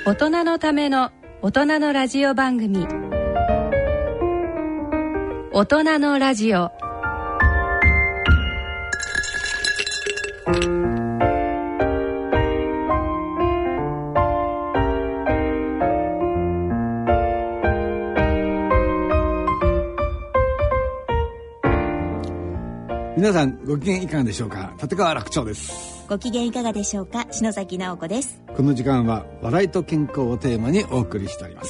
大人のための大人のラジオ番組、大人のラジオ。 皆さんご機嫌いかがでしょうか。立川楽長です。 ご機嫌いかがでしょうか。篠崎直子です。 この時間は笑いと健康をテーマにお送りしております。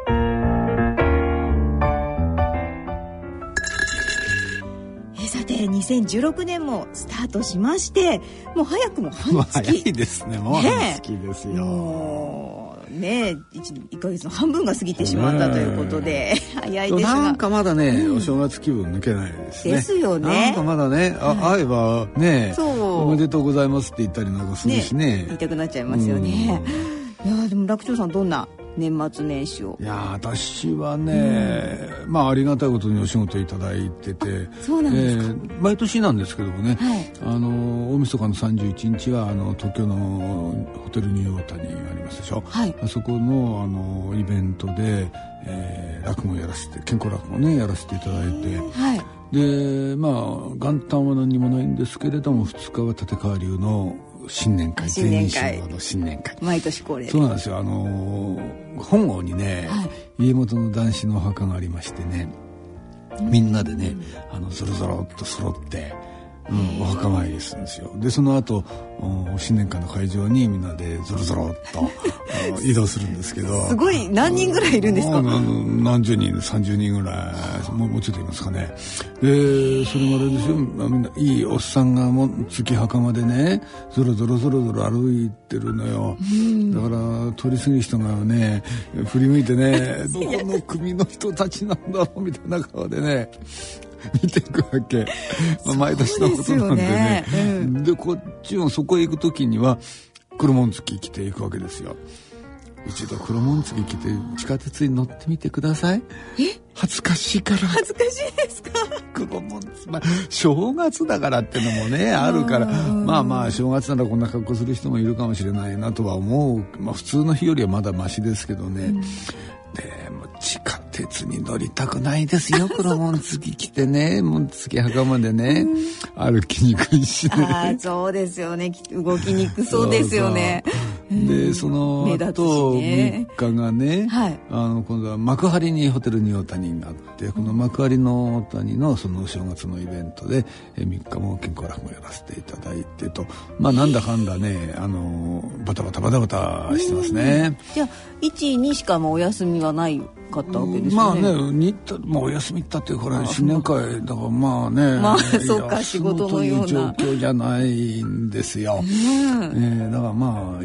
さて2016年もスタートしまして、もう早くも半月。 早いですね。もう半月ですよ。 ね、1ヶ月の半分が過ぎてしまったということで、早いですが、 なんかまだね、お正月気分抜けないですね。 ですよね。 なんかまだね、会えばね、おめでとうございますって言ったりなんかするしね。 言いたくなっちゃいますよね。いやでも楽長さん、どんな年末年始を？ いや私はね、ありがたいことにお仕事いただいてて、 そうなんですか。 毎年なんですけどもね、 はい、 大晦日の31日は東京のホテルニューオータニがありますでしょ、はい、あそこのイベントで、落語やらせて、健康落語ねやらせていただいて、はい、で元旦は何にもないんですけれども、2日は立川流の新年会、全員集合の新年会、 毎年恒例で。 そうなんですよ。本郷にね、はい、家元の男子のお墓がありましてね、みんなでね、ぞろぞろっと揃って、お墓参りするんですよ。でその後新年会の会場にみんなでゾロゾロっと移動するんですけど、 すごい。何人ぐらいいるんですか？ 何十人、30人ぐらい、もうちょっといますかね。でそれまでですよ、みんないいおっさんがもう月袴でね、ゾロゾロ歩いてるのよ。だから通り過ぎる人がね振り向いてねどこの組の人たちなんだろうみたいな顔でね見ていくわけ。毎年のことなんでね。でこっちはそこへ行くときには黒紋付き着ていくわけですよ。一度黒紋付き着て地下鉄に乗ってみてください。恥ずかしいから。 恥ずかしいですか？ 黒紋付き、正月だからってのもねあるから、正月ならこんな格好する人もいるかもしれないなとは思う。普通の日よりはまだマシですけどね。でも地下鉄に乗りたくないですよ。黒紋付き着てね、紋付き袴でね、歩きにくいしね。 そうですよね。動きにくそうですよね。 でその後3日がね、今度は幕張にホテルニューオータニがあって、この幕張の大谷のそのお正月のイベントで3日も健康落語やらせていただいてと、なんだかんだねバタバタしてますね。 じゃあ1、2しかもお休みはないかったわけですね。 お休みったってこれ新年会だからそうか、仕事のような状況じゃないんですよ。だから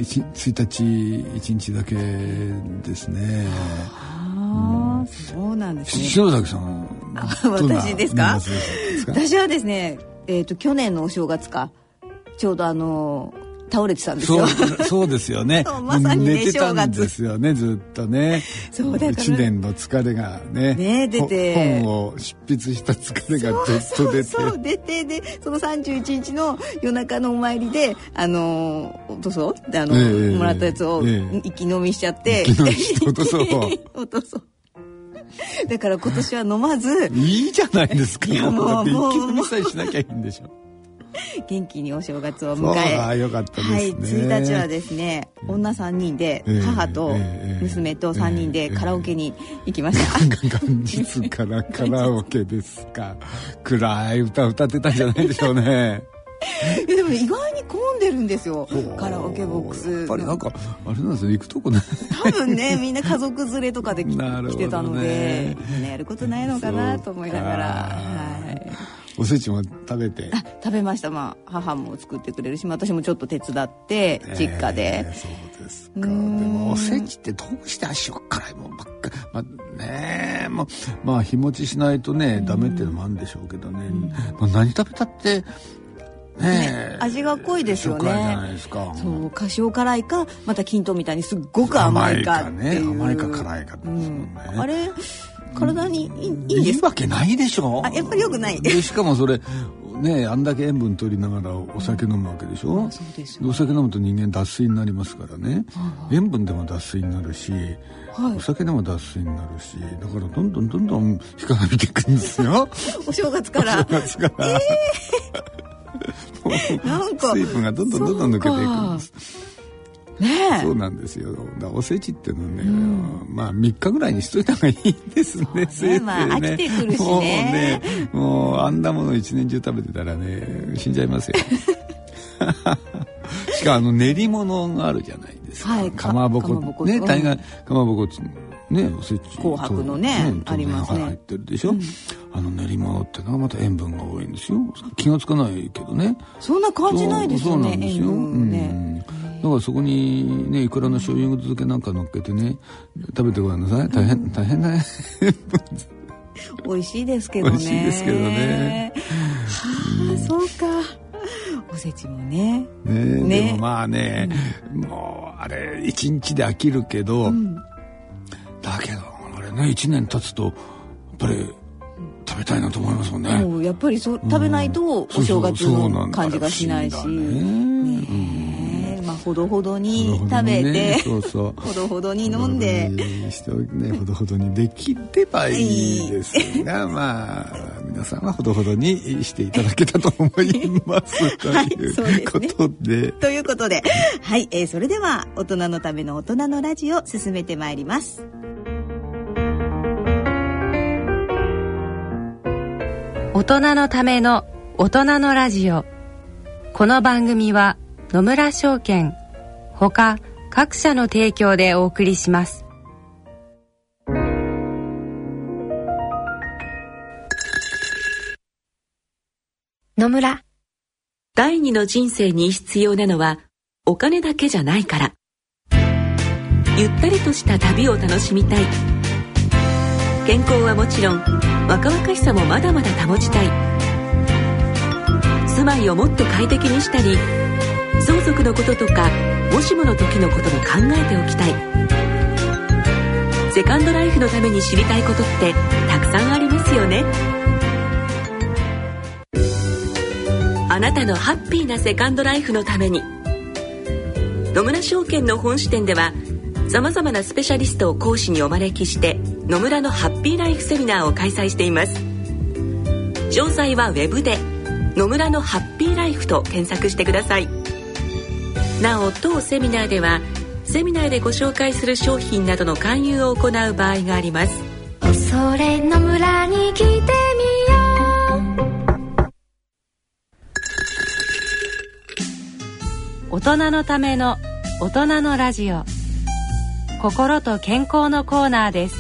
1日だけですね。そうなんですね。篠崎さん、 私ですか？私はですね、去年のお正月か、ちょうど倒れてたんですよ。 そうですよね。 まさにね、 寝てたんですよね、ずっとね。 そうだから 1年の疲れがね出て、 本を執筆した疲れがずっと出て、 出て、でその31日の夜中のお参りでもらったやつを一気飲みしちゃって、 落とそうだから今年は飲まず。 いいじゃないですか。だって一気飲みさえしなきゃいいんでしょ。 元気にお正月を迎え、 よかったですね。 はい、1日はですね、女3人で、母と娘と3人でカラオケに行きました。 元日からカラオケですか。暗い歌歌ってたんじゃないでしょうね。 でも意外に混んでるんですよ、カラオケボックス。 やっぱりなんかあれなんですよ、行くとこね。 多分ね、みんな家族連れとかで来てたので、みんなやることないのかなと思いながら。 おせちも食べて。 食べました。母も作ってくれるし、私もちょっと手伝って実家で。 そうですか。でもおせちってどうして塩辛いもんばっか。日持ちしないとねダメっていうのもあるんでしょうけどね。何食べたって味が濃いですよね。 塩辛いじゃないですか。 そうか、塩辛いか、またきんとんみたいにすっごく甘いかっていう。 甘いか辛いかですもんね。 あれ体にいいんですか？ いいわけないでしょ。 やっぱり良くない。 でしかもそれね、あんだけ塩分取りながらお酒飲むわけでしょ、 そうです。 お酒飲むと人間脱水になりますからね、塩分でも脱水になるし、お酒でも脱水になるし、だからどんどん日が伸びていくんですよお正月からなんか水分がどんどん抜けていくんですね。 そうなんですよ。おせちってのね、まあ3日ぐらいにしといた方がいいですね。 まあ飽きてくるしね。 もうあんなもの一年中食べてたらね、死んじゃいますよしかも練り物があるじゃないですか、かまぼこね、大概かまぼこね、おせち紅白のねありますね、 入ってるでしょ、練り物ってのはまた塩分が多いんですよ。気がつかないけどね。 そんな感じないですよね。 そうなんですよ、だからそこにね、いくらの醤油漬けなんか乗っけてね、食べてごらんなさい。大変だね美味しいですけどね。 美味しいですけどね。 そうか。おせちもね。 でもまあね、もうあれ一日で飽きるけど、だけどあれね、1年経つとやっぱり食べたいなと思いますもんね。 もうやっぱり食べないとお正月の感じがしないし。まあほどほどに食べて、ほどほどに飲んでしてね、ほどほどにできればいいですが、まあ皆さんはほどほどにしていただけたと思いますということで。 ということで、はい、それでは大人のための大人のラジオ進めてまいります。 大人のための大人のラジオ。この番組は野村証券ほか各社の提供でお送りします。 野村、第二の人生に必要なのはお金だけじゃないから。ゆったりとした旅を楽しみたい。健康はもちろん若々しさもまだまだ保ちたい。住まいをもっと快適にしたり、相続のこととかもしもの時のことも考えておきたい。セカンドライフのために知りたいことってたくさんありますよね。あなたのハッピーなセカンドライフのために、野村証券の本支店ではさまざまなスペシャリストを講師にお招きして野村のハッピーライフセミナーを開催しています。詳細はウェブで野村のハッピーライフと検索してください。なお当セミナーではセミナーでご紹介する商品などの勧誘を行う場合があります。 それ野村に来てみよう。 大人のための大人のラジオ、心と健康のコーナーです。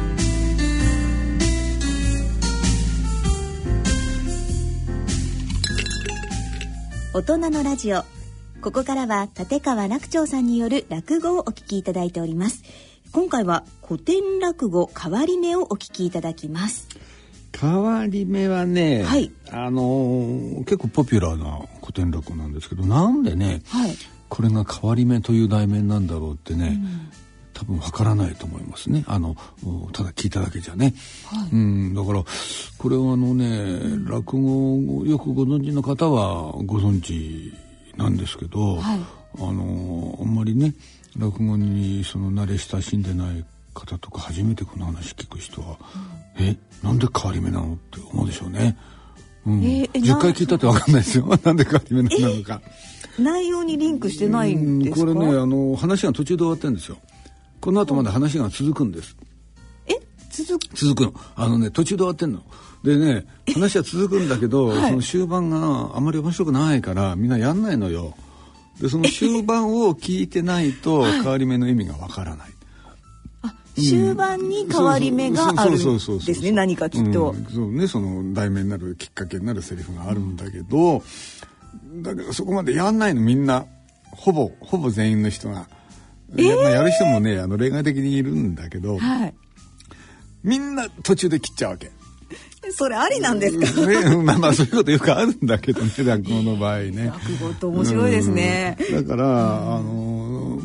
大人のラジオ、ここからは立川楽長さんによる落語をお聞きいただいております。今回は古典落語変わり目をお聞きいただきます。 変わり目はね、結構ポピュラーな古典落語なんですけど、なんでね、これが変わり目という題名なんだろうってね、多分わからないと思いますね。ただ聞いただけじゃね、だからこれは落語をよくご存知の方はご存知なんですけど、あんまりね落語に慣れ親しんでない方とか、初めてこの話聞く人は、なんで変わり目なのって思うでしょうね。10回聞いたって分かんないですよなんで変わり目なのか。 内容にリンクしてないんですか？ これね、話が途中で終わってるんですよ。この後まだ話が続くんです。続くの。途中で終わってんのでね、話は続くんだけど、その終盤があまり面白くないからみんなやんないのよ。でその終盤を聞いてないと変わり目の意味がわからない。 終盤に変わり目があるんですね。何かきっと、 そうね、その題名になるきっかけになるセリフがあるんだけど、だけどそこまでやんないの、みんなほぼ全員の人が。やる人もね例外的にいるんだけど、みんな途中で切っちゃうわけ。 それありなんですか？ まあそういうことよくあるんだけどね、落語の場合ね。 落語って面白いですね。 だから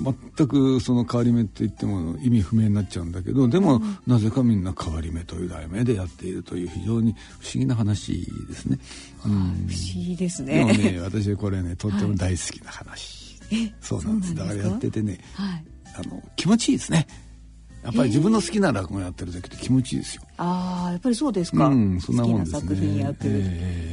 全くその変わり目って言っても意味不明になっちゃうんだけど、でも、なぜかみんな変わり目という題名でやっているという非常に不思議な話ですね。 不思議ですね。 でもね、私はこれねとっても大好きな話。そうなんです。だからやっててね、気持ちいいですね。やっぱり自分の好きな落語やってる時って気持ちいいですよ。 やっぱりそうですか。 そんなもんですね。 好きな作品やってる。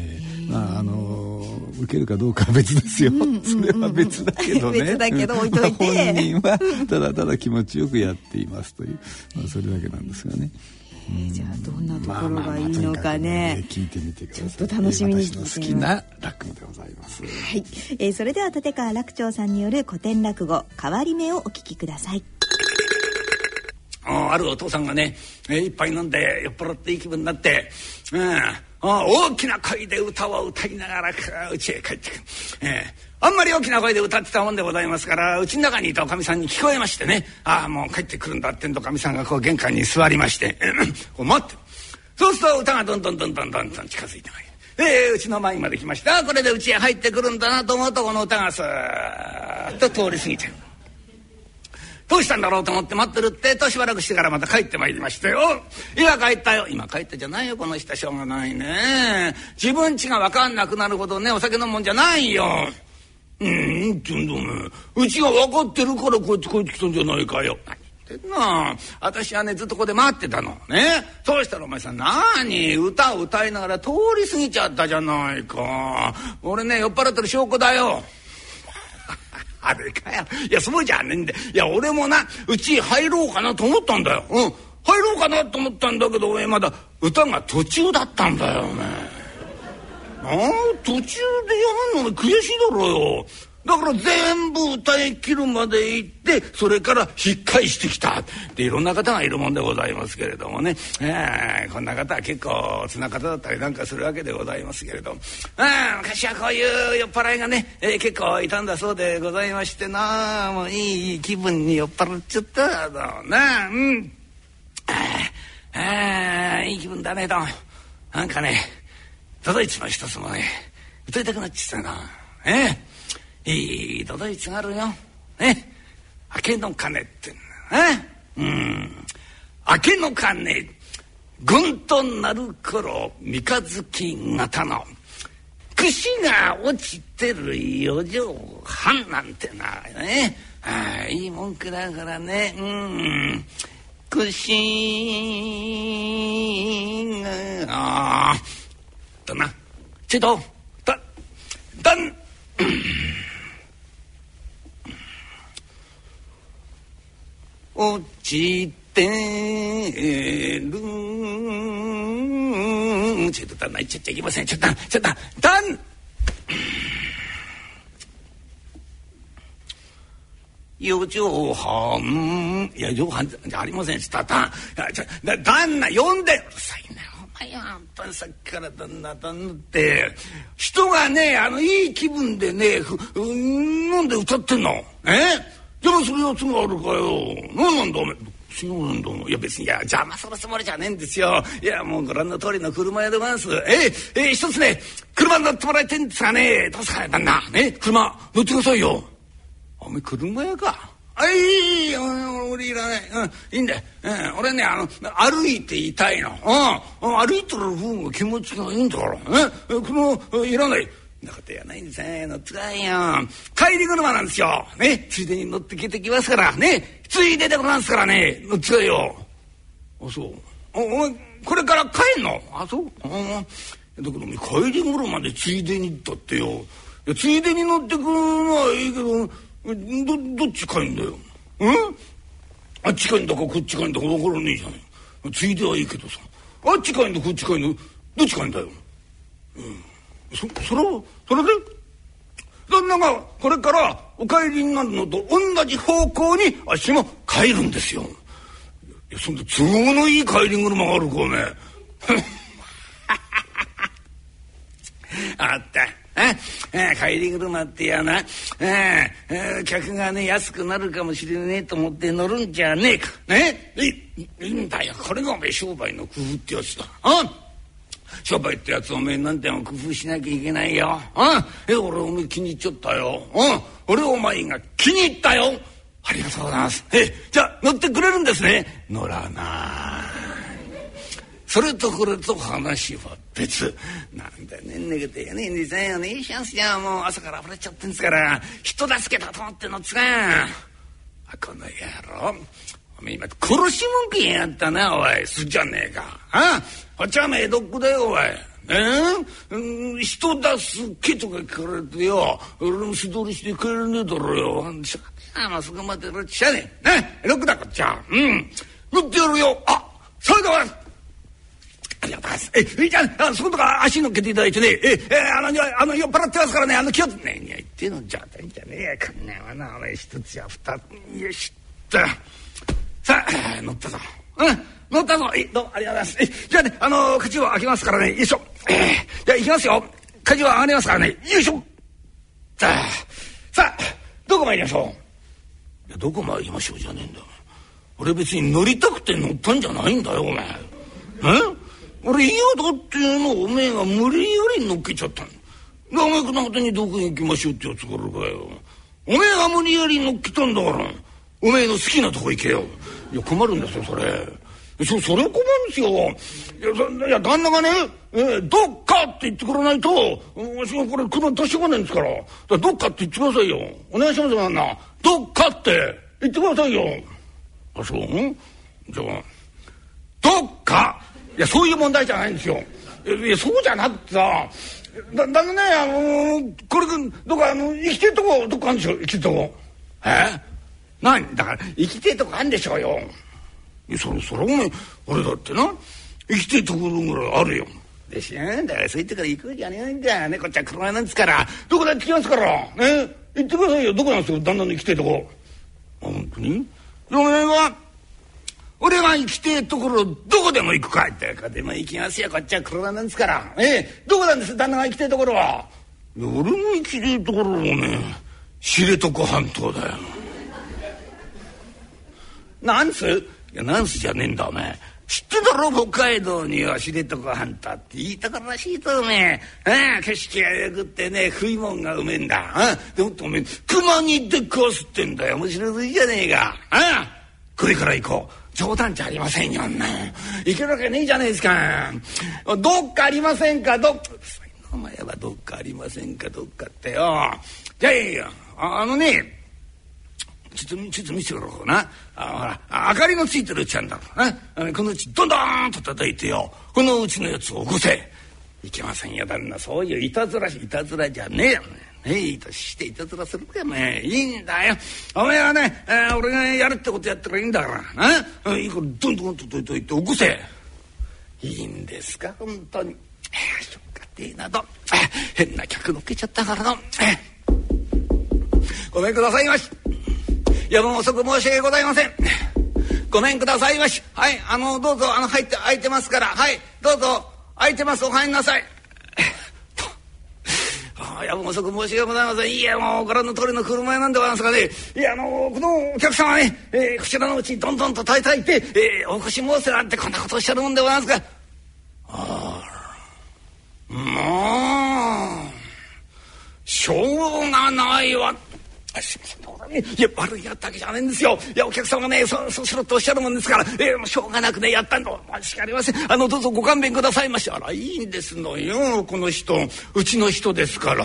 受けるかどうかは別ですよ。それは別だけどね。 別だけど置いといて。 本人はただただ気持ちよくやっていますという、それだけなんですがね。 じゃあどんなところがいいのかね、 聞いてみてください。 ちょっと楽しみに私の好きな落語でございます。 はい、それでは立川楽長さんによる古典落語変わり目をお聞きください。 あるお父さんがね、一杯飲んで酔っ払っていい気分になって、大きな声で歌を歌いながら家へ帰ってくる。あんまり大きな声で歌ってたもんでございますから、うちの中にいたおかみさんに聞こえましてね、もう帰ってくるんだってんとおかみさんがこう玄関に座りましてこう待って、そうすると歌がどんどん近づいてまいる。うちの前にまで来ました。これでうちへ入ってくるんだなと思うと、この歌がスーッと通り過ぎてる。どうしたんだろうと思って待ってるってと、しばらくしてからまた帰ってまいりましてよ。今帰ったよ。今帰ったじゃないよ、この人はしょうがないね。自分家が分かんなくなるほどね、お酒飲むもんじゃないよ。って言うんだお前。うちが分かってるからこうやって帰ってきたんじゃないかよ。何言ってんの。私はねずっとここで待ってたのね。そうしたらお前さん、何歌を歌いながら通り過ぎちゃったじゃないか。俺ね酔っ払ってる証拠だよ。あれかよ。いやそうじゃねえんだよ。いや俺もなうち入ろうかなと思ったんだよ。入ろうかなと思ったんだけど、まだ歌が途中だったんだよね。途中でやめんの悔しいだろうよ。だから全部歌い切るまで行って、それから引っ返してきたっていろんな方がいるもんでございますけれどもね、こんな方は結構つな方だったりなんかするわけでございますけれど、昔はこういう酔っ払いがね、結構いたんだそうでございましてな、もういい気分に酔っ払っちゃっただな。いい気分だねと。なんかね都々逸の一つもね歌いたくなっちゃったな。いい都々逸があるよ。明けの鐘って明けの鐘ぐんとなる頃、三日月型の串が落ちてる4畳半なんてなね、いい文句だからね。串がだな。ちょっとだん落ちてる。ちょっとだんな言っちゃいけません。ちょっとだん4畳半。いや4畳半じゃありません。ちょっと旦那呼んで。うるさいねお前は。本当にさっきから旦那って人がねいい気分でね飲んで歌ってんの。でもそれはつがあるかよ。何なんだお前。違うんだ。いや別に邪魔するつもりじゃねえんですよ。いやもうご覧の通りの車屋でございます。一つね車に乗ってもらいたいんですがね。どうすか旦那車乗ってくださいよ。お前車屋か。いい俺いらない。いいんだよ。俺ね歩いていたいの。歩いてる方が気持ちがいいんだから車いらない。そんなことやないんですね。乗ってくださいよ。帰り車なんですよ。ついでに乗ってきてきますからね。ついででございますからね。乗ってくださいよ。そう。お前これから帰んの。そう。だけど帰り車でついでに行ったってよ。いやついでに乗ってくるのはいいけどどっち帰んだよ。あっち帰んだかこっち帰んだか分からねえじゃない。ついではいいけどさ、あっち帰んだこっち帰んだどっち帰んだよ。それで旦那がこれからお帰りになるのと同じ方向にあっちも帰るんですよ。いやそんな都合のいい帰り車があるかね。あった帰り車ってやな、客がね安くなるかもしれねえと思って乗るんじゃねえかいいんだよ。これがおめえ商売の工夫ってやつだ。商売ってやつおめえなんても工夫しなきゃいけないよ。俺おめえ気に入っちゃったよ。俺お前が気に入ったよ。 ありがとうございます。じゃあ乗ってくれるんですね。乗らない。それとこれと話は別。なんだねんねけてねんでさよね。シャンスやもう朝から溢れちゃってんですから、人助けたと思ってんのっつか。この野郎。おめえ今殺し文句やったなおい。すじゃねえか。こっちは江戸っ子だよおい。人出す気とか聞かれてよ、俺も素通りして帰れねえだろよ。まあそこまでやっちゃねえ。ねえロックだこっちは。乗ってやるよ。それではありがとうございます。じゃあそことか足乗っけていただいてね、酔っ払ってますからね、気をつけねえ。言っての状態じゃねえや。こんなはな、お前一つや二つ。よしっと。さあ、乗ったぞ。乗ったぞ。どうもありがとうございます。じゃあね、舵を開けますからね、よいしょ。じゃあ行きますよ。舵を上がりますからね、よいしょ。さあ、どこ参りましょう。いや、どこ参りましょうじゃねえんだよ。俺別に乗りたくて乗ったんじゃないんだよ、お前。俺嫌だっていうのをおめえが無理やり乗っけちゃったんだ。お前このことにどこへ行きましょうってやつからかよ。おめえが無理やり乗っけたんだから、おめえの好きなとこ行けよ。いや困るんですよそれ。それ困るんですよ。いや旦那がね、どっかって言ってくれないとわしがこれ車出してこないんですから。どっかって言ってくださいよ。お願いしますよ旦那。どっかって言ってくださいよ。そうじゃあどっか。いやそういう問題じゃないんですよ。いやそうじゃなくてさ、だねこれどっか生きてるとこどっかあるんでしょ。生きてるとこ何だから生きてるとこあるんでしょうよ。それお前俺だってな生きてるところぐらいあるよ。でしょ。だからそう言ってから行くじゃねえんだよね。こっちは車なんですからどこだって来ますからね。行ってくださいよ。どこなんですよ旦那の生きてるとこ。本当にお前は俺が生きてえところどこでも行くかってかでも行きますよ。こっちは車なんですから。どこなんです旦那が生きてえところは。俺の生きてえところもね知床半島だよ。なんす？いやなんすじゃねえんだお前。知ってたろ北海道には知床半島っていいところらしいとおめえ。景色がよくってね食い物がうめえんだ。でもっておめえ熊に出くわすってんだよ。面白いじゃねえか。これから行こう。冗談じゃありませんよ。行けるわけねえじゃねえですか。どっかありませんか。お前はどっかありませんか。どっかってよ。じゃあいいよ。ちょっと見せてもらおうな。ほら明かりのついてるうちなんだろうな。このうちどんどんと叩いてよこのうちのやつを起こせ。いけませんよ旦那。そういういたずらじゃねえよ。いいとしていたずらするかもいいんだよ。お前はね、俺がやるってことやったらいいんだからいいからどんどんとといて起こせ。いいんですか本当に。しょうがてえなと変な客乗っけちゃったからの。ごめんくださいまし。夜分遅く申し訳ございません。ごめんくださいまし。はいどうぞ入って空いてますから。はいどうぞ空いてます。お入んなさい。いやもう遅く申し訳ございません。いやもうご覧の通りの車屋なんでございますがね。いやこのお客様ね、こちらのうちにどんどんと叩いて、お越し申せなんてこんなことをおっしゃるもんでございますが。もうしょうがないわ。すいませんいや悪いやったわけじゃないんですよ。いやお客様がねそうしろっておっしゃるもんですから、しょうがなくねやったんだ。申し訳ありません。どうぞご勘弁くださいまし。あらいいんですのよこの人うちの人ですから。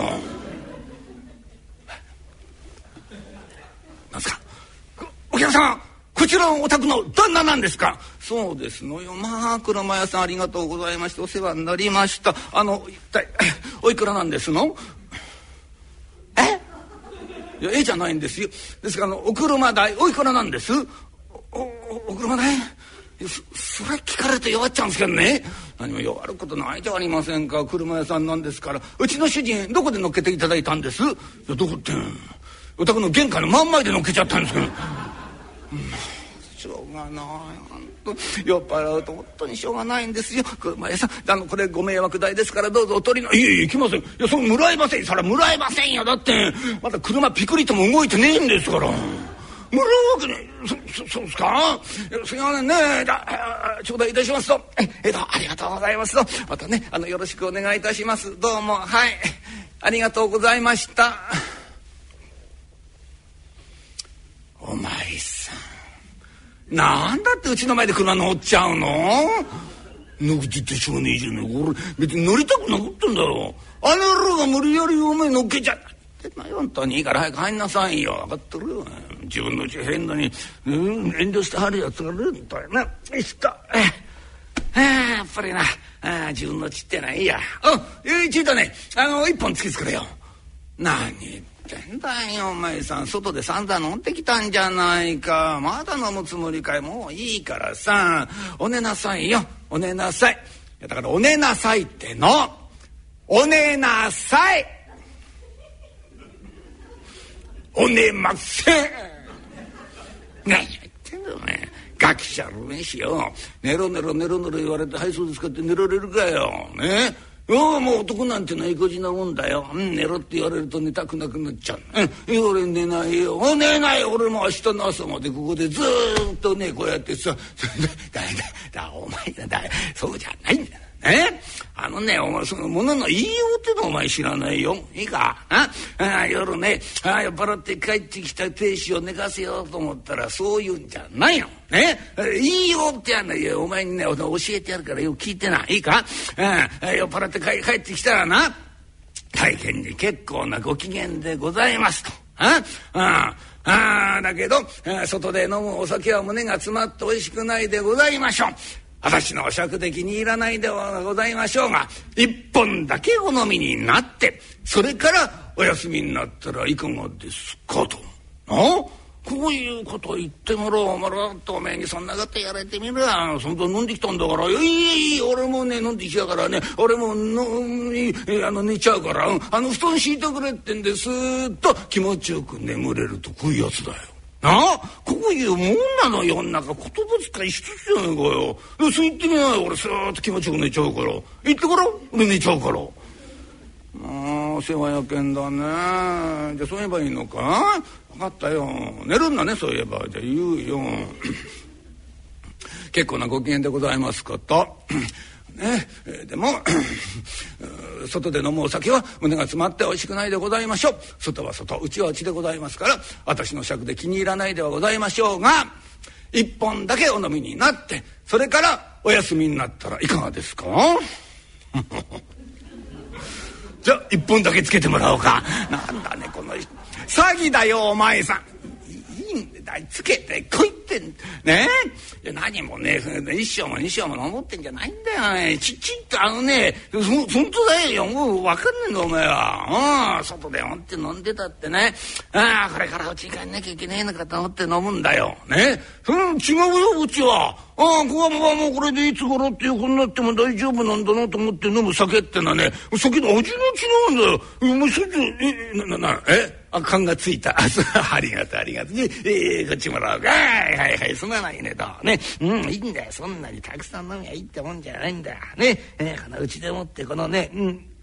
なんすかお客様こちらのお宅の旦那なんですか。そうですのよ。まあ車屋さんありがとうございましてお世話になりました。一体おいくらなんですの。いやじゃないんですよ。ですからお車代おいくらなんです。お車代それ聞かれて弱っちゃうんですけどね。何も弱ることないじゃありませんか。車屋さんなんですから。うちの主人どこで乗っけていただいたんです。いやどこってお宅の玄関の真ん前で乗っけちゃったんですけど、しょうがない。酔っ払うと本当にしょうがないんですよ。車屋さんこれご迷惑代ですからどうぞお取りの。いえ行きません。いやそれもらえません。それはもらえませんよ。だってまだ車ピクリとも動いてねえんですから。もらうわけねそうですか。すいませんね。頂戴いたしますとありがとうございますとまたねよろしくお願いいたします。どうもはいありがとうございました。 お前さん、なんだってうちの前で車乗っちゃうの？乗ってってしょうねえじゃねえ。俺別に乗りたくなかったんだよ。あの野郎が無理やりお前乗っけちゃったってなよ。本当にいいから早く入んなさいよ。分かってるよ。自分のうち変なに、遠慮してはるやつがいるんだよな。よいしょ。やっぱりな、自分のうちってないいや。ちょっとね、一本突きつくれよ。何言ってんだよお前さん。外で散々飲んできたんじゃないか。まだ飲むつもりかい。もういいからさ、お寝なさいよ。お寝なさい。いやだからお寝なさいっての。お寝なさい。お寝ません。何言ってんだよお前。ガキじゃろねしよ。寝ろ寝ろ寝ろ寝ろ言われて、はいそうですかって寝られるかよ。ね。もう男なんてのは意固地なもんだよ。寝ろって言われると寝たくなくなっちゃう。俺寝ないよ。寝ない。俺も明日の朝までここでずーっとねこうやってさ。お前だそうじゃないんだよ。お前そのものの言いようってのお前知らないよ。いいか？夜ね酔っ払って帰ってきた亭主を寝かせようと思ったらそういうんじゃないの。ね、言いようってやんないよ。お前にね教えてやるからよく聞いてな。いいか？酔っ払って帰ってきたらな、大変に結構なご機嫌でございますと。だけど外で飲むお酒は胸が詰まっておいしくないでございましょう。私のお酌で気に入らないではございましょうが、一本だけお飲みになってそれからお休みになったらいかがですかと。こういうこと言ってもらおうとおめえにそんなことやれてみるわ。そんな飲んできたんだから。いい俺もね飲んできたからね。俺も寝ちゃうから布団敷いてくれってんですーっと気持ちよく眠れるとこういうやつだよ。こういうもんなの世の中。言葉遣い一つじゃないかよ。そう言ってみなよ。俺スーッと気持ちよく寝ちゃうから。言ってから俺寝ちゃうから。世話焼けんだね。じゃあそう言えばいいのか。分かったよ。寝るんだねそういえば。じゃあ言うよ。結構なご機嫌でございますことね。でも外で飲むお酒は胸が詰まっておいしくないでございましょう。外は外、うちはうちでございますから、私の酌で気に入らないではございましょうが、一本だけお飲みになってそれからお休みになったらいかがですか？じゃあ一本だけつけてもらおうか。なんだねこの詐欺だよお前さん。いいんだつけてこいってね。何もね一生も二生も守ってんじゃないんだよね。ちっと本当だよ。もう分かんねえんだお前は。外で飲んでたってね。これからうちに帰んなきゃいけねえのかと思って飲むんだよね。違うようちは。ここはもうこれでいつ頃っていうことになっても大丈夫なんだなと思って飲む酒ってのはね、酒の味が違うんだよ。もうそれで勘がついた。ありがとうありがとう。こっちもらおうか。はいすまないねとね。いいんだよ。そんなにたくさん飲みゃいいってもんじゃないんだよね。このうちでもってこのね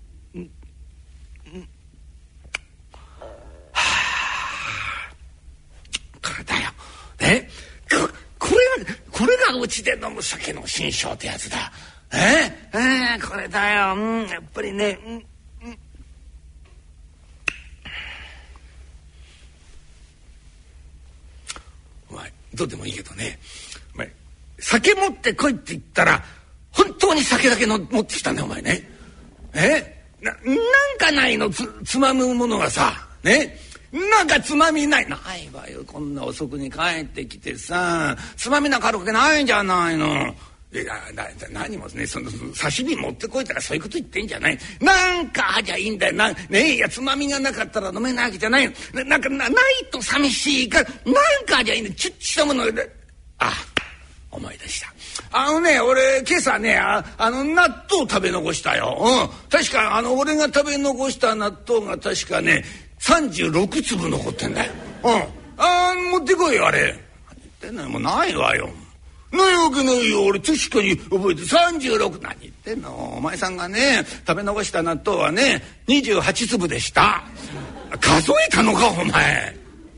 これだよ。ね。これがうちで飲む酒の新章ってやつだ。これだよ。やっぱりね。お前どうでもいいけどね。お前酒持ってこいって言ったら本当に酒だけ持ってきたねお前ね。なんかないのつまむものがさね。なんかつまみないわよ。こんな遅くに帰ってきてさつまみなんかあるわけないんじゃないの。何もねその刺身持ってこいとかそういうこと言ってんじゃない。なんかじゃいいんだよいやつまみがなかったら飲めないわけじゃないの。なんかないと寂しいからなんかじゃいいの。ちっちゃもので思い出した。俺今朝ね納豆食べ残したよ。確か俺が食べ残した納豆が確かね36粒残ってんだよ。持ってこいよあれ。何言ってんのよ。もうないわよ。ないわけないよ。俺確かに覚えて36。何言ってんの。お前さんがね食べ残した納豆はね28粒でした。数えたのかお前。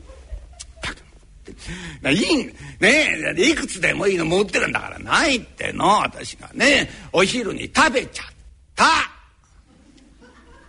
いいねいくつでもいいの持ってるんだからないっての。私がねお昼に食べちゃった。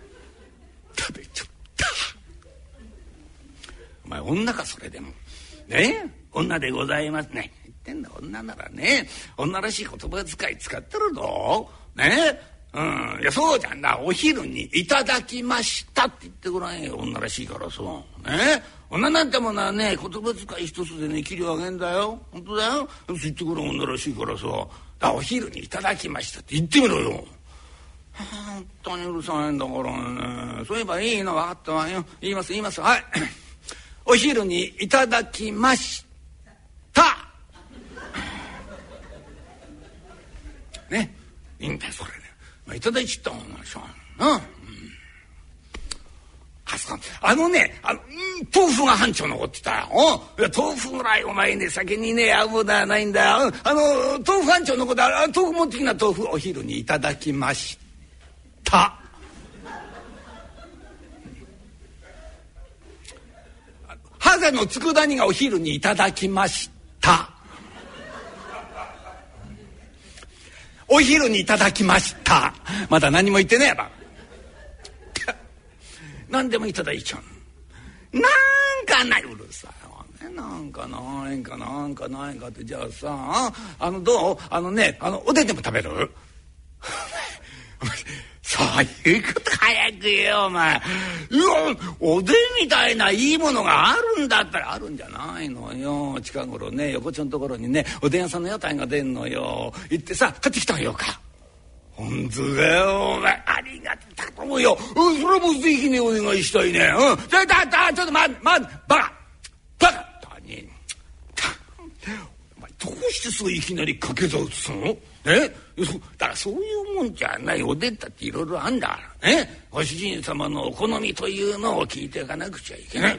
お前女かそれでもね、女でございますね。言ってんだ、女ならね、女らしい言葉遣い使ってるぞ。ね、いやそうじゃんな。お昼にいただきましたって言ってごらんよ。女らしいからさ。ね、女なんてものはね、言葉遣い一つでね、切り上げんだよ。本当だよ。そう言ってごらん、女らしいからさ。お昼にいただきましたって言ってみろよ。本当にうるさいんだからね。そういえばいいの分かったわよ。言います。はい。お昼にいただきましたね、いいんだよそれね。まあ、いただいちったもんなしょうがないな。豆腐が半丁残ってたよ。いや豆腐ぐらいお前ね、酒にね合うものはないんだよ。豆腐半丁残って、豆腐持ってきな。豆腐お昼にいただきましたハゼの佃煮がお昼にいただきましたお昼にいただきました。まだ何も言ってねえば何でもいただいちゃう。なんかない、うるさいわね。なんかないかって。じゃあさ、どうおでんでも食べるそういうこと早く言えよお前。いやおでんみたいないいものがあるんだったら。あるんじゃないのよ。近頃ね、横丁のところにね、おでん屋さんの屋台が出んのよ。行ってさ、買ってきたよか。本当だよお前、ありがとうよ。それはもうぜひねお願いしたいね。ちょっと待ってバカ何お前どうしてそういきなり掛け算打つの？だからそういうもんじゃない。おでんだっていろいろあんだからね。ご主人様のお好みというのを聞いていかなくちゃいけない。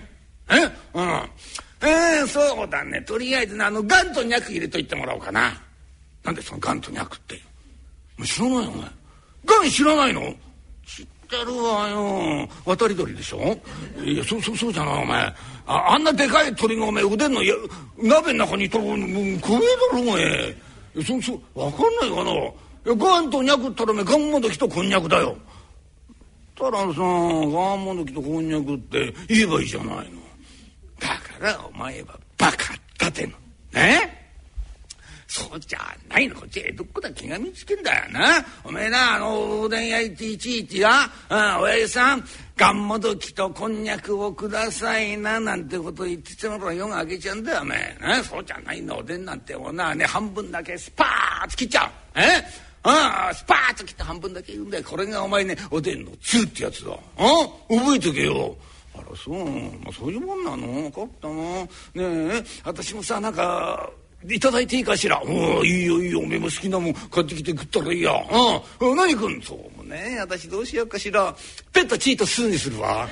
そうだね。とりあえずガンとニャク入れといてもらおうかな。なんでそのガンとニャクって知らないよお前。ガン知らないの？知ってるわよ。渡り鳥でしょ。いやそうじゃないお前。あんなでかい鳥がお前腕の鍋の中にいたら食えだろお前。分かんないかな。ガンとニャクったらガンモドキとこんにゃくだよ。たらさ、ガンモドキとこんにゃくって言えばいいじゃないの。だからお前はバカだってのね。そうじゃないの。こっち江戸っ子だ気が見つけんだよな。おめえな、おでん屋いちいちな、おやじさんガンモドキとこんにゃくをくださいななんてこと言っててもら夜が明けちゃうんだよおめえ。そうじゃないの。おでんなんてもなね、半分だけスパーッと切っちゃう。スパーッと切って半分だけ言うんだよ。これがお前ね、おでんのつゆってやつだ。覚えとけよ。あらそう、そういうもんなの。分かったな。ねえ、私もさなんかいただいていいかしら。いいよおめえも好きなもん買ってきて食ったらいいや。何食うん？そうね、私どうしようかしら。ペンとチーとスーにするわ。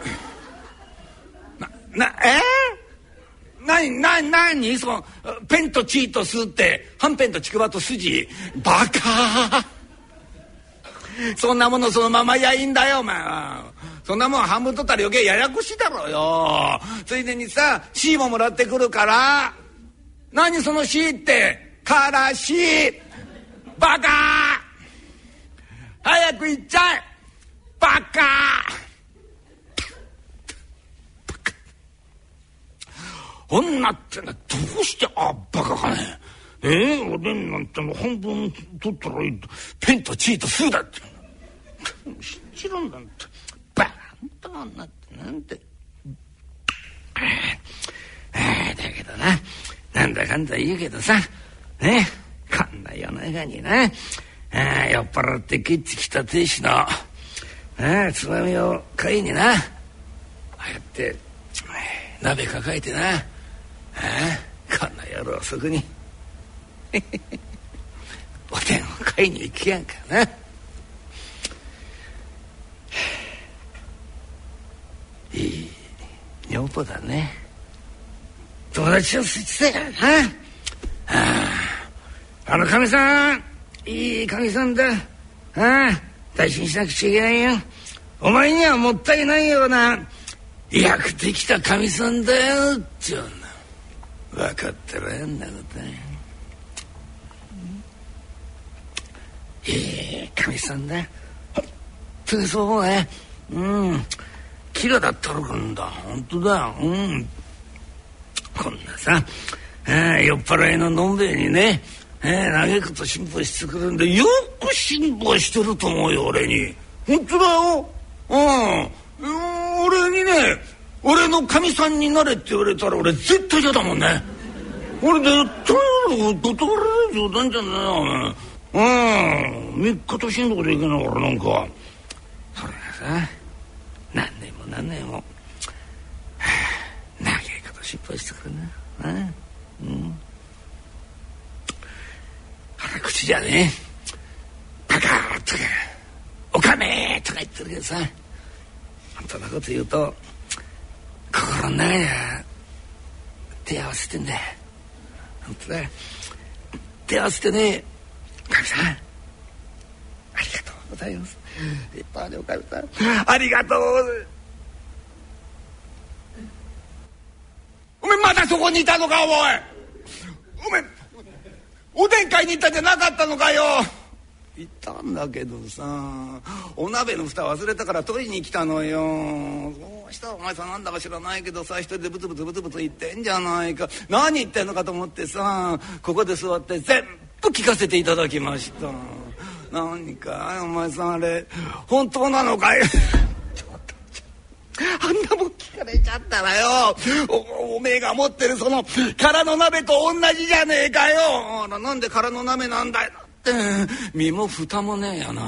何そのペンとチーとスーってはんぺんとちくわと筋。バカそんなものそのままやいいんだよお前は。そんなもん半分取ったら余計ややこしいだろうよ。ついでにさ C ももらってくるから。何その C ってからしバカ早く行っちゃえバカ女ってのはどうしてバカかね。おでんなんての半分取ったらいいペンとチーとスーだって知らんなんてバカな女ってなんてだけどな、なんだかんだ言うけどさね、こんな夜中にな酔っ払って帰ってきた亭主のつまみを買いにな、ああやって鍋抱えてな、こんな夜遅くにおでんを買いに行きやんかな。いい女房だね。友達を捨てたからな。かみさんいいかみさんだ。大事にしなくちゃいけないよ。お前にはもったいないようなよくできたかみさんだよっていうの分かってるよんなことね。いいかみさんだ。本当にそう思うね。キラだったらくんだ。本当だよ。 こんなさ、酔っ払いののんべえにね、嘆くと辛抱してくるんで、よく辛抱してると思うよ俺に。本当だよ。俺にね、俺のかみさんになれって言われたら俺絶対嫌だもんね。俺絶対断られる冗談じゃねえよお前。3日としんどくできないからなんか。それがさ、何年も長いこと心配してくるな。腹口じゃね、バカーとかおかめとか言ってるけどさ、本当のこと言うと心の中には手合わせてんだよ。本当だよ。手合わせてね、おかみさんありがとうございます。立派におかみさんありがとう。お前まだそこにいたのかお前。お前おでん買いに行ったんじゃなかったのかよ。行ったんだけどさ、お鍋の蓋忘れたから取りに来たのよ。そうしたらお前さ、なんだか知らないけどさ、一人でブツブツ言ってんじゃないか。何言ってんのかと思ってさ、ここで座って全部聞かせていただきました。何かお前さんあれ本当なのかよ。あんなもん聞かれちゃったらよ、おめえが持ってるその空の鍋と同じじゃねえかよ。なんで空の鍋なんだよって身も蓋もねえやな。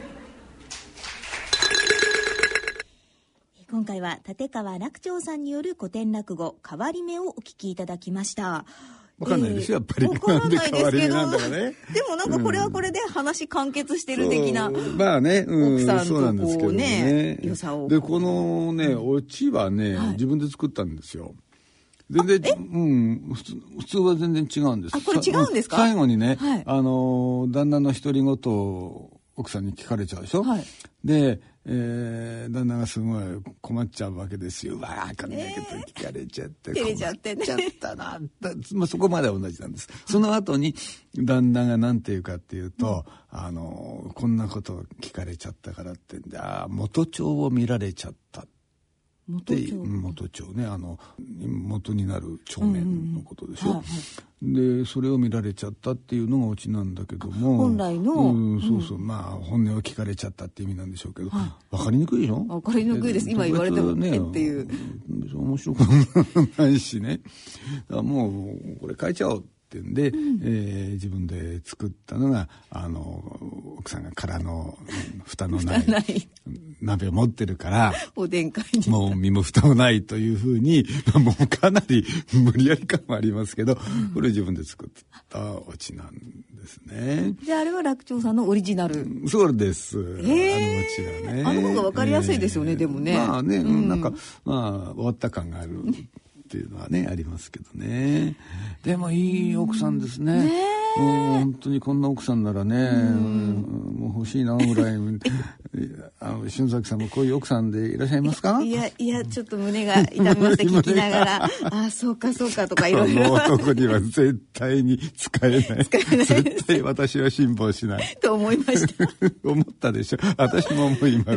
今回は立川楽長さんによる古典落語変わり目をお聞きいただきました。 わかんないですよ、やっぱり。 わかんないですけど、 なんだかね、 でもなんかこれはこれで話完結してる的な、 まあね、 奥さんとそうなんですけどね、 良さを。 でこのね、オチはね、自分で作ったんですよ。全然、普通は全然違うんです。 これ違うんですか？ 最後にね、旦那の独り言を奥さんに聞かれちゃうでしょ。で、旦那がすごい困っちゃうわけですよ。わあ、こんなこと聞かれちゃって照れちゃってね、 困っちゃったな。まあ、そこまでは同じなんです。その後に旦那が何て言うかっていうと、こんなこと聞かれちゃったからってんで、元帳を見られちゃった。元帳ね、元になる帳面のことでしょ。でそれを見られちゃったっていうのがオチなんだけども、 本来の、 そうそう、まあ本音を聞かれちゃったって意味なんでしょうけど、分かりにくいでしょ。 分かりにくいです。今言われてもねっていう、 面白くないしね。だからもうこれ変えちゃおうってんで、自分で作ったのが奥さんが空の蓋のない鍋を持ってるからおでん会にもう身も蓋もないというふうに、もうかなり無理やり感はありますけど、これ自分で作ったオチなんですね。 じゃああれは楽長さんのオリジナル。 そうです。オチがね。 方が分かりやすいですよね、でもね。 まあね、なんかまあ終わった感があるっていうのはねありますけどね。でもいい奥さんですね。本当にこんな奥さんならね、もう欲しいなぐらい。俊崎さんもこういう奥さんでいらっしゃいますか？いやちょっと胸が痛みました聞きながらそうかとかいろいろ。 この男には絶対に使えない絶対私は辛抱しないと思いました思ったでしょ。私も思います、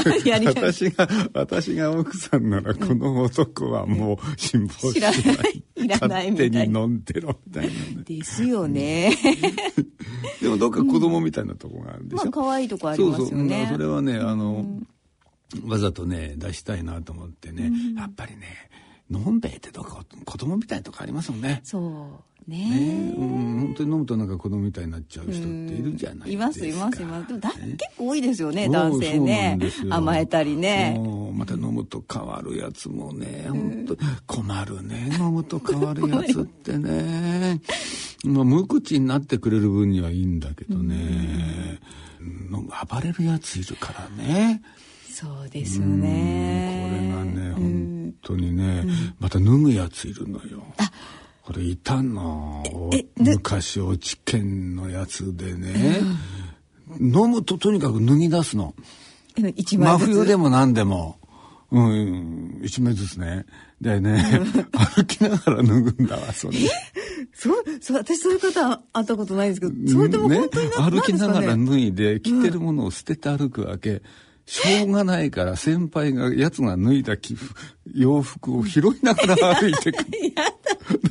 私が奥さんならこの男はもう辛抱しない、 いらないみたいな、 勝手に飲んでろみたいなね。 ですよねでもどっか子供みたいなとこがあるでしょ。 可愛いとこありますよね。 それはね、わざとね出したいなと思ってね、やっぱりね、のんべえってどっか子供みたいなとこありますもんね。 そうね。 本当に飲むとなんか子供みたいになっちゃう人っているじゃないですか。 います。でも結構多いですよね、男性ね。甘えたりね。 また飲むと変わるやつもね、本当困るね。飲むと変わるやつってね。無口になってくれる分にはいいんだけどね、暴れるやついるからね。 そうですよね。 これがね、本当にね、また脱ぐやついるのよ。これいたの。昔落ち券のやつでね、飲むととにかく脱ぎ出すの。真冬でも何でも。1枚ずつね。でね、歩きながら脱ぐんだわ、それ。 私そういう方会ったことないですけど、それでも本当に歩きながら脱いで、着てるものを捨てて歩くわけ。しょうがないから先輩が、やつが脱いだ洋服を拾いながら歩いてくる。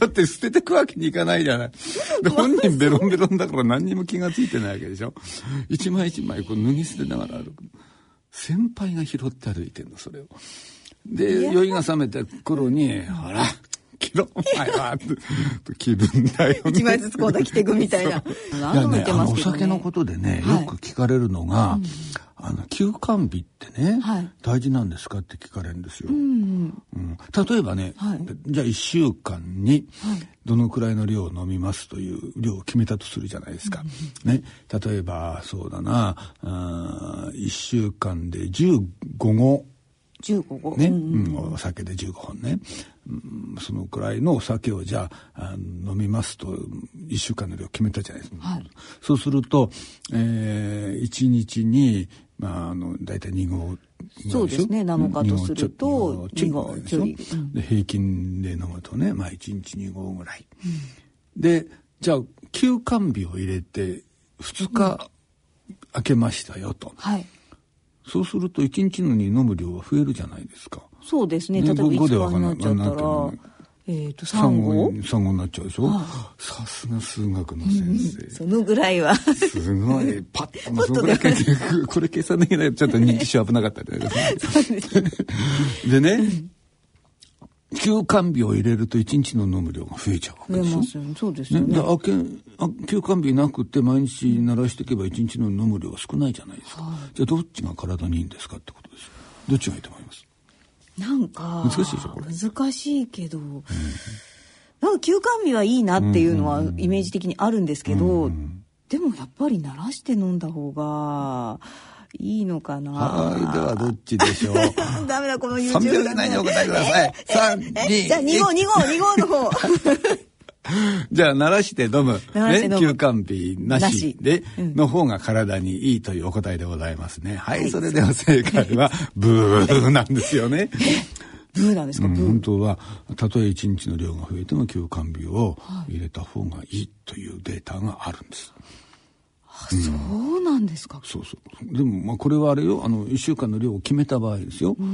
だって捨ててくわけにいかないじゃない。で本人ベロンベロンだから何にも気がついてないわけでしょ。一枚一枚こう脱ぎ捨てながら歩く。先輩が拾って歩いてんの、それを。で酔いが覚めた頃にほら着ろお前はと着るんだよね。 一枚ずつこうだ着ていくみたいな。何度も言ってますけどね。お酒のことでね、よく聞かれるのが、休館日ってね、大事なんですかって聞かれるんですよ。例えばね、じゃあ1週間にどのくらいの量を飲みますという量を決めたとするじゃないですか。ね、例えばそうだな、1週間で15合。 15合ね、お酒で15本ね、そのくらいのお酒をじゃあ飲みますと1週間の量決めたじゃないですか。そうすると、1日にだいたい2合。 そうですね、7日とすると2合ちょい、 で平均で飲むとね、1日2合ぐらい、でじゃあ休館日を入れて2日空けましたよと、そうすると1日のに飲む量は増えるじゃないですか。 そうですね。例えば5日になっちゃったら3合になっちゃうでしょ。さすが数学の先生。 そのぐらいはすごいパッとそのぐらいこれ計算できないとちょっと認知症危なかったりですね。でね、休館日を入れると1日の飲む量が増えちゃうわけでしょ。増えますよね。そうですよね。休館日なくて毎日慣らしていけば1日の飲む量が少ないじゃないですか。じゃあどっちが体にいいんですかってことですよ。どっちがいいと思います？ なんか難しいでしょこれ。 難しいけど、なんか休館日はいいなっていうのはイメージ的にあるんですけど、でもやっぱり慣らして飲んだ方がいいのかな。 はい、ではどっちでしょう。 ダメだこの YouTube。 3秒以内にお答えください。3、2、 じゃあ2号の方。 じゃあ慣らして飲む、休館日なしでの方が体にいいというお答えでございますね。はい、それでは正解はブーなんですよね。 ブーなんですか？ 本当はたとえ1日の量が増えても休館日を入れた方がいいというデータがあるんです。 そうなんですか。 そうそう。でもこれはあれよ、1週間の量を決めた場合ですよ。だ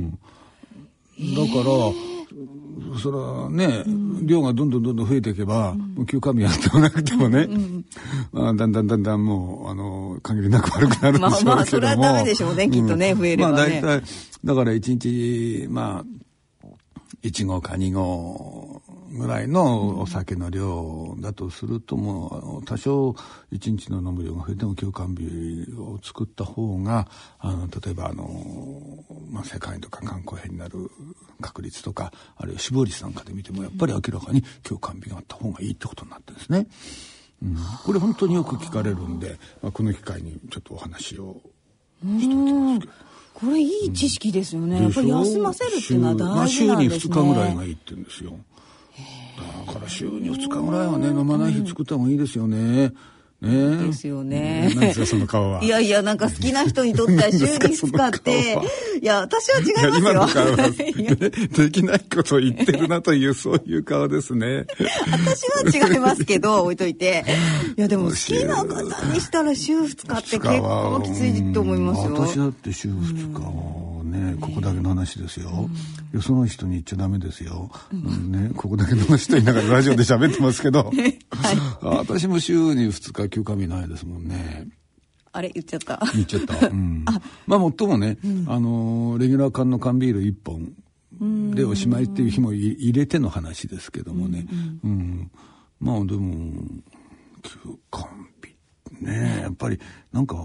からそれはね、量がどんどん増えていけば、休館日やってもなくてもね、だんだんもう限りなく悪くなるんでしょうけども、 それはダメでしょうね、きっとね、増えればね。 大体だから1日1合か2合ぐらいのお酒の量だとすると、もう多少1日の飲む量が増えても休館日を作った方が例えば世界とか肝硬変になる確率とか、あるいは死亡率なんかで見てもやっぱり明らかに休館日があった方がいいってことになってるんですね。これ本当によく聞かれるんで、この機会にちょっとお話をしておきますけど。 これいい知識ですよね。やっぱり休ませるっていうのは大事なんですね。 週に2日ぐらいがいいって言うんですよ。だから週に2日ぐらいはね、飲まない日作った方がいいですよね。 ですよね。 何ですかその顔は。 いやなんか好きな人にとっては週に2日っていや私は違いますよ。 今の顔はできないことを言ってるなというそういう顔ですね。 私は違いますけど置いといて、いやでも好きな方にしたら週2日って結構きついと思いますよ。 私だって週2日はね、ここだけの話ですよ。よその人に言っちゃダメですよ。ね、ここだけの話と言いながらラジオで喋ってますけど、私も週に2日休館日ないですもんね。 あれ言っちゃった。 言っちゃった。もっともね、レギュラー缶の缶ビール1本でおしまいっていう日も入れての話ですけどもね。でも休館日ね、やっぱりなんか、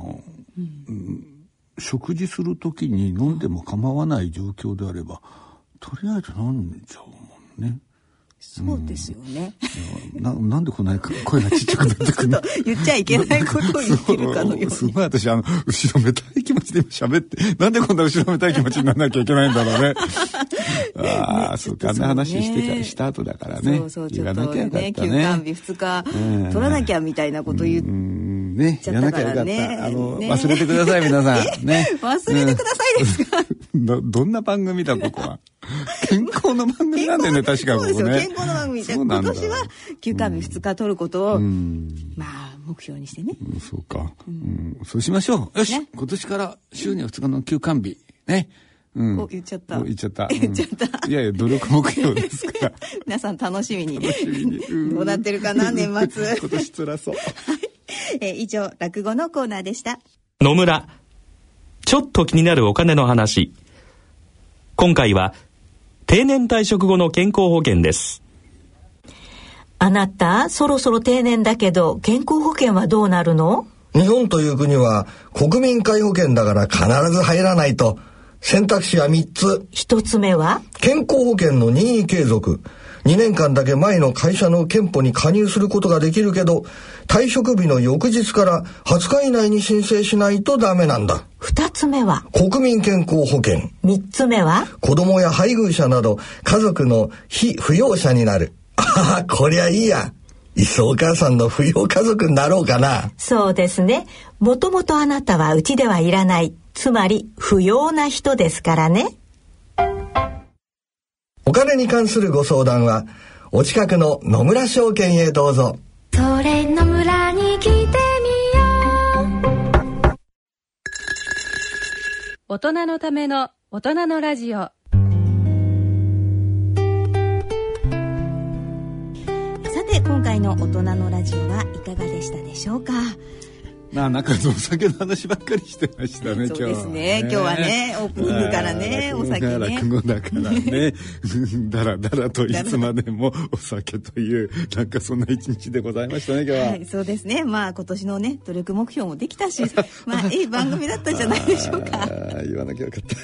食事するときに飲んでも構わない状況であれば、とりあえず飲んじゃうもんね。 そうですよね。 なんでこんなに声がちっちゃくなってくるの？ 言っちゃいけないことを言ってるかのように。 すごい私後ろめたい気持ちで喋って、なんでこんな後ろめたい気持ちにならなきゃいけないんだろうね。そうか、あんな話した後だからね。そう言わなきゃよかったね。休館日2日取らなきゃみたいなこと言っちゃったからね。 忘れてください皆さん。ね。 忘れてくださいですか？ どんな番組だここは。健康の番組なんだよね、確かここね。 そうですよ、健康の番組で今年は休館日2日取ることを目標にしてね。 そうか。そうしましょう。よし、今年から週に2日の休館日ね。 お、言っちゃった。 言っちゃった。 言っちゃった。 いやいや、努力目標ですから。 皆さん楽しみに。どうなってるかな、年末。 今年辛そう。 以上、落語のコーナーでした。 野村、ちょっと気になるお金の話。今回は、定年退職後の健康保険です。 あなた、そろそろ定年だけど、健康保険はどうなるの？ 日本という国は国民皆保険だから必ず入らないと。選択肢は3つ。 1つ目は健康保険の任意継続。2年間だけ前の会社の健保に加入することができるけど、退職日の翌日から20日以内に申請しないとダメなんだ。 2つ目は国民健康保険。 3つ目は子供や配偶者など家族の非扶養者になる。ああ、こりゃいいや。いっそお母さんの扶養家族になろうかな。 そうですね。もともとあなたはうちではいらない。つまり不要な人ですからね。 お金に関するご相談はお近くの野村証券へどうぞ。 それ野村に来てみよう。 大人のための大人のラジオ。 さて、今回の大人のラジオはいかがでしたでしょうか。 なんかお酒の話ばっかりしてましたね。 そうですね。今日はね、オープニングからね、お酒ね。 落語だからね、だらだらといつまでもお酒という、なんかそんな一日でございましたね、今日は。はい、 そうですね。まあ今年のね、努力目標もできたし、まあいい番組だったんじゃないでしょうか。 言わなきゃよかった。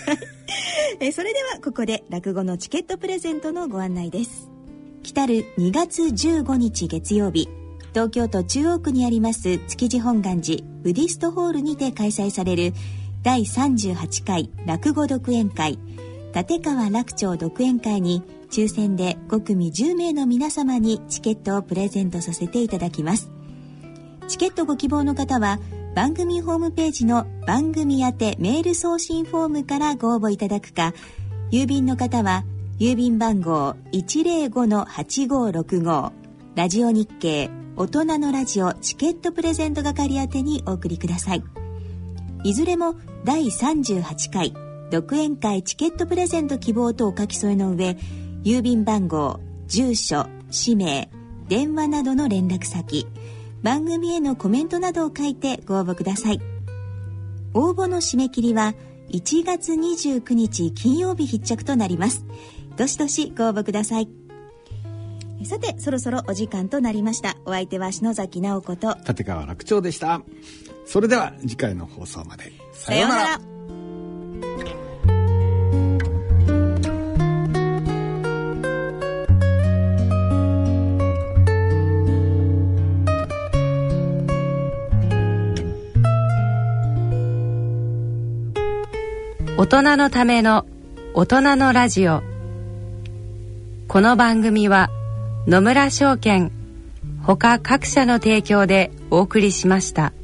それではここで落語のチケットプレゼントのご案内です。来たる2月15日月曜日、東京都中央区にあります築地本願寺ブディストホールにて開催される第38回落語独演会立川楽町独演会に抽選で5組10名の皆様にチケットをプレゼントさせていただきます。チケットご希望の方は番組ホームページの番組宛てメール送信フォームからご応募いただくか、郵便の方は郵便番号 105-8565 ラジオ日経大人のラジオチケットプレゼント係宛てにお送りください。いずれも第38回独演会チケットプレゼント希望とお書き添えの上、郵便番号、住所、氏名、電話などの連絡先、番組へのコメントなどを書いてご応募ください。応募の締め切りは1月29日金曜日必着となります。どしどしご応募ください。さて、そろそろお時間となりました。お相手は篠崎直子と立川楽長でした。それでは次回の放送まで。 さようなら。 大人のための大人のラジオ。この番組は野村証券ほか各社の提供でお送りしました。